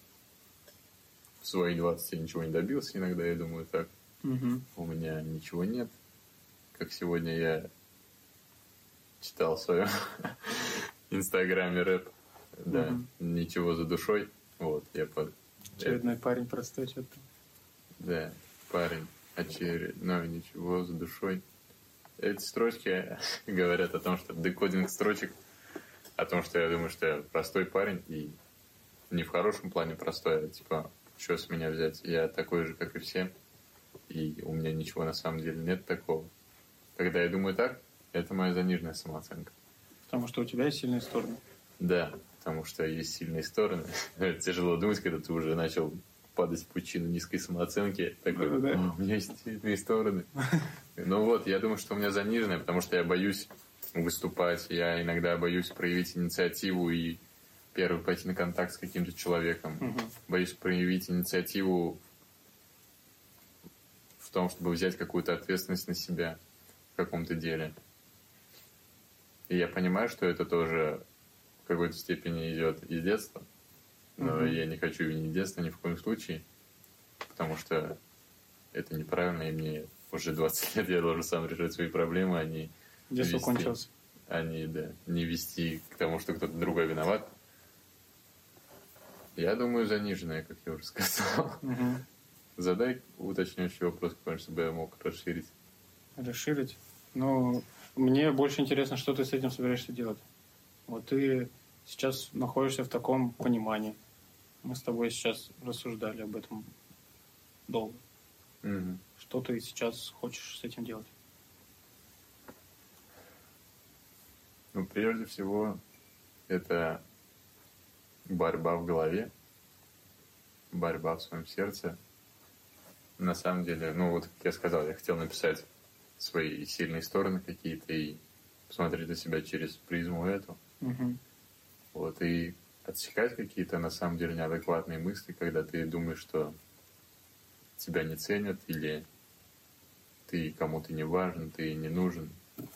Speaker 2: в свои 20 я ничего не добился, иногда я думаю так. У меня ничего нет. Как сегодня я читал в своем инстаграме рэп. Да, ничего за душой. Вот,
Speaker 1: очередной парень простой что-то.
Speaker 2: Да, парень очередной, ничего за душой. Эти строчки говорят о том, что декодинг строчек, о том, что я думаю, что я простой парень, и не в хорошем плане простой, а типа, что с меня взять? Я такой же, как и все, и у меня ничего на самом деле нет такого. Когда я думаю так, это моя заниженная самооценка.
Speaker 1: Потому что у тебя есть сильные стороны.
Speaker 2: Да, потому что есть сильные стороны. Тяжело думать, когда ты уже начал падать в пучину низкой самооценки. Такой, у меня есть сильные стороны. Ну вот, я думаю, что у меня заниженная, потому что я боюсь выступать, я иногда боюсь проявить инициативу и первый пойти на контакт с каким-то человеком. Боюсь проявить инициативу в том, чтобы взять какую-то ответственность на себя в каком-то деле. И я понимаю, что это тоже в какой-то степени идет из детства, но я не хочу винить детство ни в коем случае, потому что это неправильно, и мне уже 20 лет я должен сам решать свои проблемы, а не
Speaker 1: детство кончилось.
Speaker 2: Не вести к тому, что кто-то другой виноват. Я думаю, заниженная, как я уже сказал. Задай уточняющий вопрос, чтобы я мог расширить.
Speaker 1: Расширить? Ну, мне больше интересно, что ты с этим собираешься делать. Вот ты сейчас находишься в таком понимании. Мы с тобой сейчас рассуждали об этом долго. Что ты сейчас хочешь с этим делать?
Speaker 2: Ну, прежде всего, это борьба в голове, борьба в своем сердце. На самом деле, ну вот, как я сказал, я хотел написать свои сильные стороны какие-то и посмотреть на себя через призму эту. Вот, и отсекать какие-то, на самом деле, неадекватные мысли, когда ты думаешь, что тебя не ценят, или ты кому-то не важен, ты не нужен.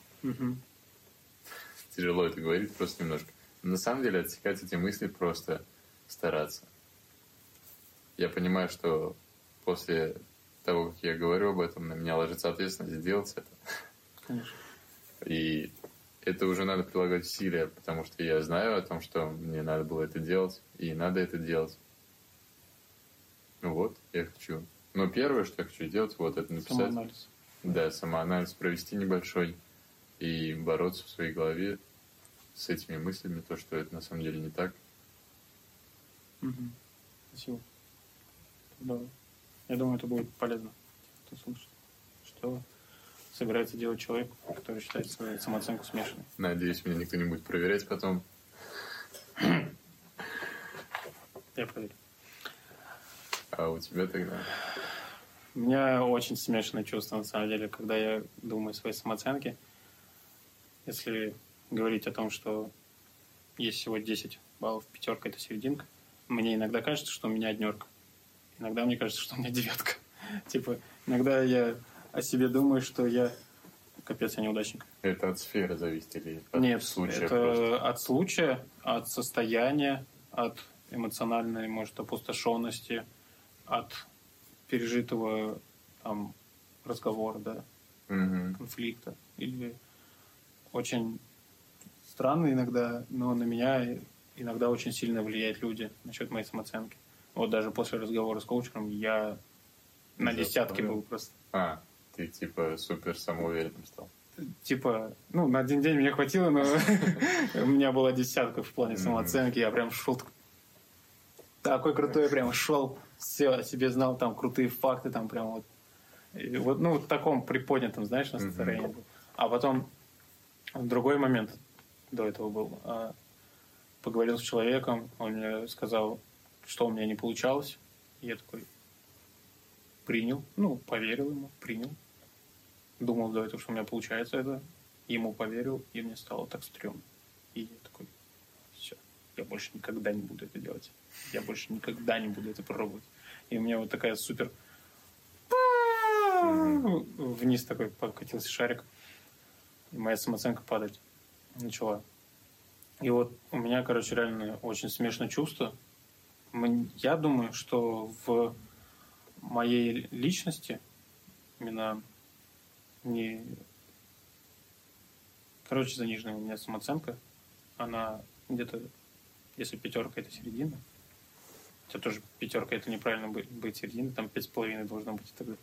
Speaker 2: Тяжело это говорить просто немножко. Но на самом деле отсекать эти мысли, просто стараться. Я понимаю, что после того, как я говорю об этом, на меня ложится ответственность сделать это.
Speaker 1: Конечно.
Speaker 2: И это уже надо прилагать усилия, потому что я знаю о том, что мне надо было это делать, и надо это делать. Ну вот, я хочу. Но первое, что я хочу делать, вот это написать.
Speaker 1: Самоанализ.
Speaker 2: Да, самоанализ провести небольшой и бороться в своей голове с этими мыслями, то, что это на самом деле не так.
Speaker 1: Спасибо. Да. Я думаю, это будет полезно. Кто слышит, что собирается делать человек, который считает свою самооценку смешанной.
Speaker 2: Надеюсь, меня никто не будет проверять потом.
Speaker 1: Я проверю.
Speaker 2: А у тебя тогда?
Speaker 1: У меня очень смешанные чувства, на самом деле, когда я думаю о своей самооценке. Если говорить о том, что есть всего 10 баллов, пятерка — это серединка, мне иногда кажется, что у меня однерка. Иногда мне кажется, что у меня девятка. Типа, иногда я о себе думаю, что я... Капец, я неудачник.
Speaker 2: Это от сферы зависит или от
Speaker 1: Нет,
Speaker 2: случая?
Speaker 1: это
Speaker 2: просто?
Speaker 1: от случая, от состояния, от эмоциональной, может, опустошенности, от пережитого там разговора, да, конфликта. Или очень странно иногда, но на меня иногда очень сильно влияют люди насчет моей самооценки. Вот даже после разговора с коучером я на десятке был просто.
Speaker 2: А, ты типа супер самоуверенным стал.
Speaker 1: Типа, ну, на один день мне хватило, но у меня была десятка в плане самооценки. Я прям шел такой крутой, прям шел, все о себе знал, там крутые факты, там прям вот. И вот, ну, в таком приподнятом, знаешь, настроении был. А потом в другой момент до этого был. Поговорил с человеком, он мне сказал, что у меня не получалось. И я такой принял, ну, поверил ему, принял. Думал до этого, что у меня получается это. Ему поверил, и мне стало так стрёмно. И я такой, все, я больше никогда не буду это делать. Я больше никогда не буду это пробовать. И у меня вот такая супер... Вниз такой покатился шарик. И моя самооценка падать начала. И вот у меня, короче, реально очень смешное чувство. Я думаю, что в моей личности именно не... Короче, заниженная у меня самооценка. Она где-то, если пятерка — это середина, хотя тоже пятерка — это неправильно быть серединой, там 5,5 должно быть тогда.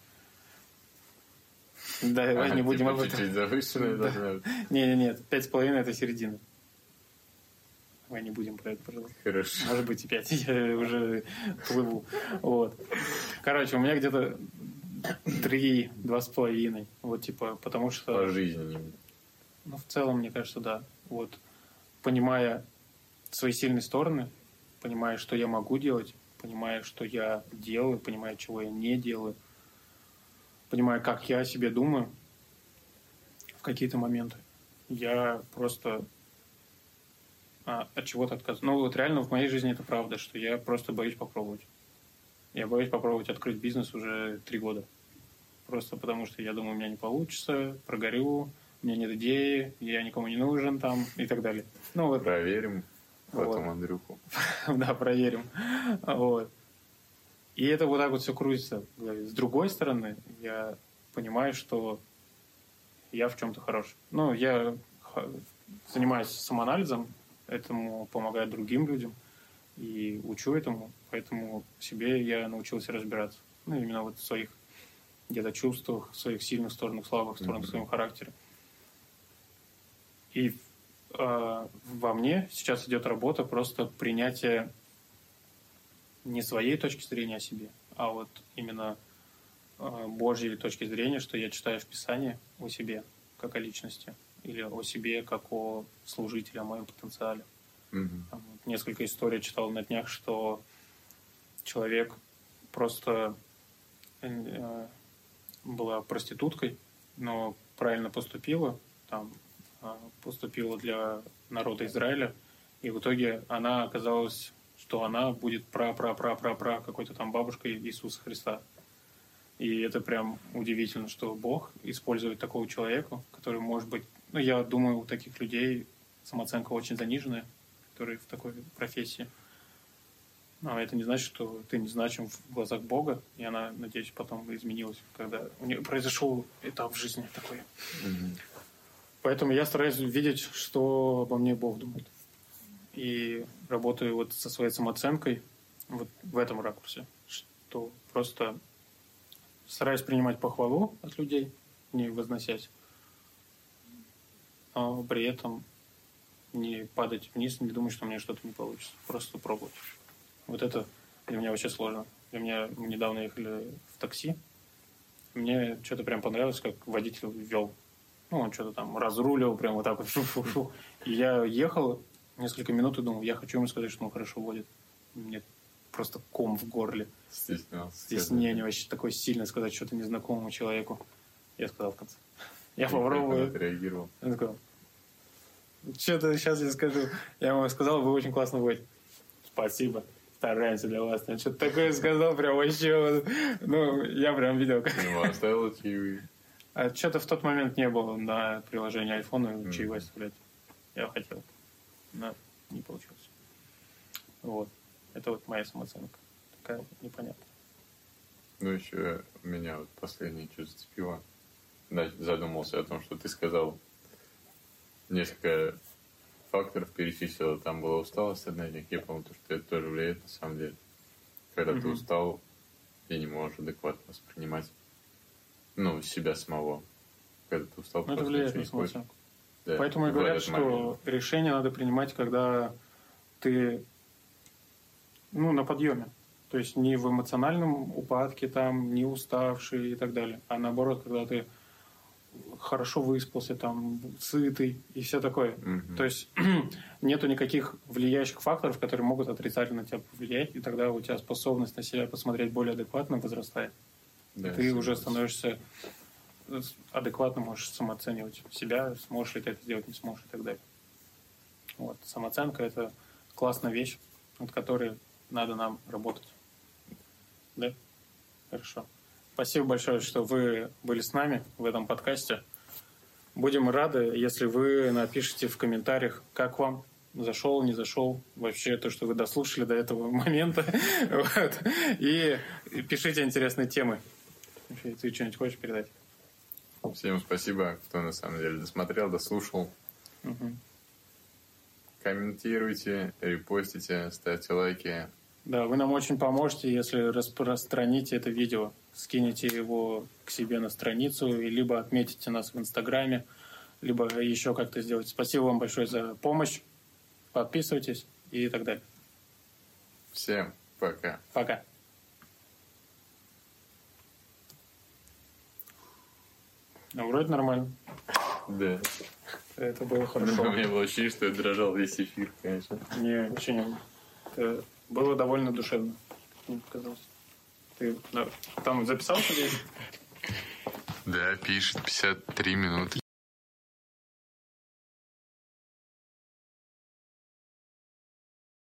Speaker 1: Да, давай не будем об этом.
Speaker 2: Чуть-чуть завышенная должна быть.
Speaker 1: Нет, 5,5 — это середина. Давай не будем про это, пожалуйста.
Speaker 2: Хорошо.
Speaker 1: Может быть, и 5. Я уже плыву. Вот. Короче, у меня где-то 3, 2,5. Вот, типа, потому что...
Speaker 2: По жизни.
Speaker 1: Ну, в целом, мне кажется, да. Вот, понимая свои сильные стороны, понимая, что я могу делать, понимая, что я делаю, понимая, чего я не делаю, понимая, как я о себе думаю в какие-то моменты, я просто от чего-то отказываюсь. Ну, вот реально в моей жизни это правда, что я просто боюсь попробовать. Я боюсь попробовать открыть бизнес уже 3 года. Просто потому что я думаю, у меня не получится, прогорю, у меня нет идеи, я никому не нужен там и так далее. Ну, вот.
Speaker 2: Проверим потом
Speaker 1: вот.
Speaker 2: Андрюху.
Speaker 1: Да, проверим. Вот. И это вот так вот все крутится. С другой стороны, я понимаю, что я в чем-то хорош. Ну, я занимаюсь самоанализом, этому помогаю другим людям и учу этому, поэтому в себе я научился разбираться. Ну, именно вот в своих где-то чувствах, в своих сильных сторонах, слабых сторонах, в своем характере. И во мне сейчас идет работа просто принятия не своей точки зрения о себе, а вот именно Божьей точки зрения, что я читаю в Писании о себе, как о личности, или о себе, как о служителе, о моем потенциале. Там, несколько историй читал на днях, что человек просто была проституткой, но правильно поступила, там, поступила для народа Израиля, и в итоге она оказалась, что она будет пра какой-то там бабушкой Иисуса Христа. И это прям удивительно, что Бог использует такого человека, который может быть... Ну, я думаю, у таких людей самооценка очень заниженная, которые в такой профессии. Но это не значит, что ты не значим в глазах Бога, и она, надеюсь, потом изменилась, когда у нее произошел этап в жизни такой. Поэтому я стараюсь видеть, что обо мне Бог думает. И работаю вот со своей самооценкой вот в этом ракурсе, что просто стараюсь принимать похвалу от людей, не возносять, но при этом не падать вниз, не думать, что у меня что-то не получится. Просто пробовать. Вот это для меня вообще сложно. Для меня мы недавно ехали в такси. Мне что-то прям понравилось, как водитель вел. Ну, он что-то там разруливал, прям вот так вот. Шу-шу-шу. И я ехал несколько минут и думал, я хочу ему сказать, что он хорошо водит. Мне просто ком в горле. Стеснение вообще такое сильное сказать что-то незнакомому человеку. Я сказал в конце. Я попробую.
Speaker 2: Отреагировал.
Speaker 1: Он сказал, что-то сейчас я скажу. Я ему сказал, вы очень классно водите. Спасибо. Стараемся для вас. Я что-то такое сказал, прям вообще. Ну, я прям видел.
Speaker 2: Ну, оставил чаевые.
Speaker 1: А что-то в тот момент не было на приложении айфона чаевые оставлять. Я хотел. Но не получилось. Вот. Это вот моя самооценка. Такая непонятная.
Speaker 2: Ну, еще меня вот последнее что зацепило. Задумался о том, что ты сказал. Несколько факторов перечислил. Там была усталость одна из них. Я помню, что это тоже влияет на самом деле. Когда ты устал и не можешь адекватно воспринимать себя самого. Когда ты устал,
Speaker 1: это влияет на самооценку.
Speaker 2: Да,
Speaker 1: поэтому и говорят, что решение надо принимать, когда ты на подъеме. То есть не в эмоциональном упадке, там, не уставший и так далее. А наоборот, когда ты хорошо выспался, там, сытый и все такое. То есть нету никаких влияющих факторов, которые могут отрицательно на тебя повлиять, и тогда у тебя способность на себя посмотреть более адекватно возрастает. Да, ты уже становишься адекватно, можешь самооценивать себя, сможешь ли ты это сделать, не сможешь и так далее. Вот. Самооценка – это классная вещь, над которой надо нам работать. Да? Хорошо. Спасибо большое, что вы были с нами в этом подкасте. Будем рады, если вы напишите в комментариях, как вам зашел, не зашел, вообще то, что вы дослушали до этого момента. Вот. И пишите интересные темы. Ты что-нибудь хочешь передать?
Speaker 2: Всем спасибо, кто на самом деле досмотрел, дослушал. Комментируйте, репостите, ставьте лайки.
Speaker 1: Да, вы нам очень поможете, если распространите это видео. Скинете его к себе на страницу, либо отметите нас в Инстаграме, либо еще как-то сделайте. Спасибо вам большое за помощь. Подписывайтесь и так далее.
Speaker 2: Всем пока.
Speaker 1: Пока. Ну, вроде нормально.
Speaker 2: Да.
Speaker 1: Это было хорошо.
Speaker 2: У меня было ощущение, что я дрожал весь эфир, конечно.
Speaker 1: Не, вообще не. Это было довольно душевно. Мне показалось. Ты там записал что-то?
Speaker 2: Да, пишет 53 минуты.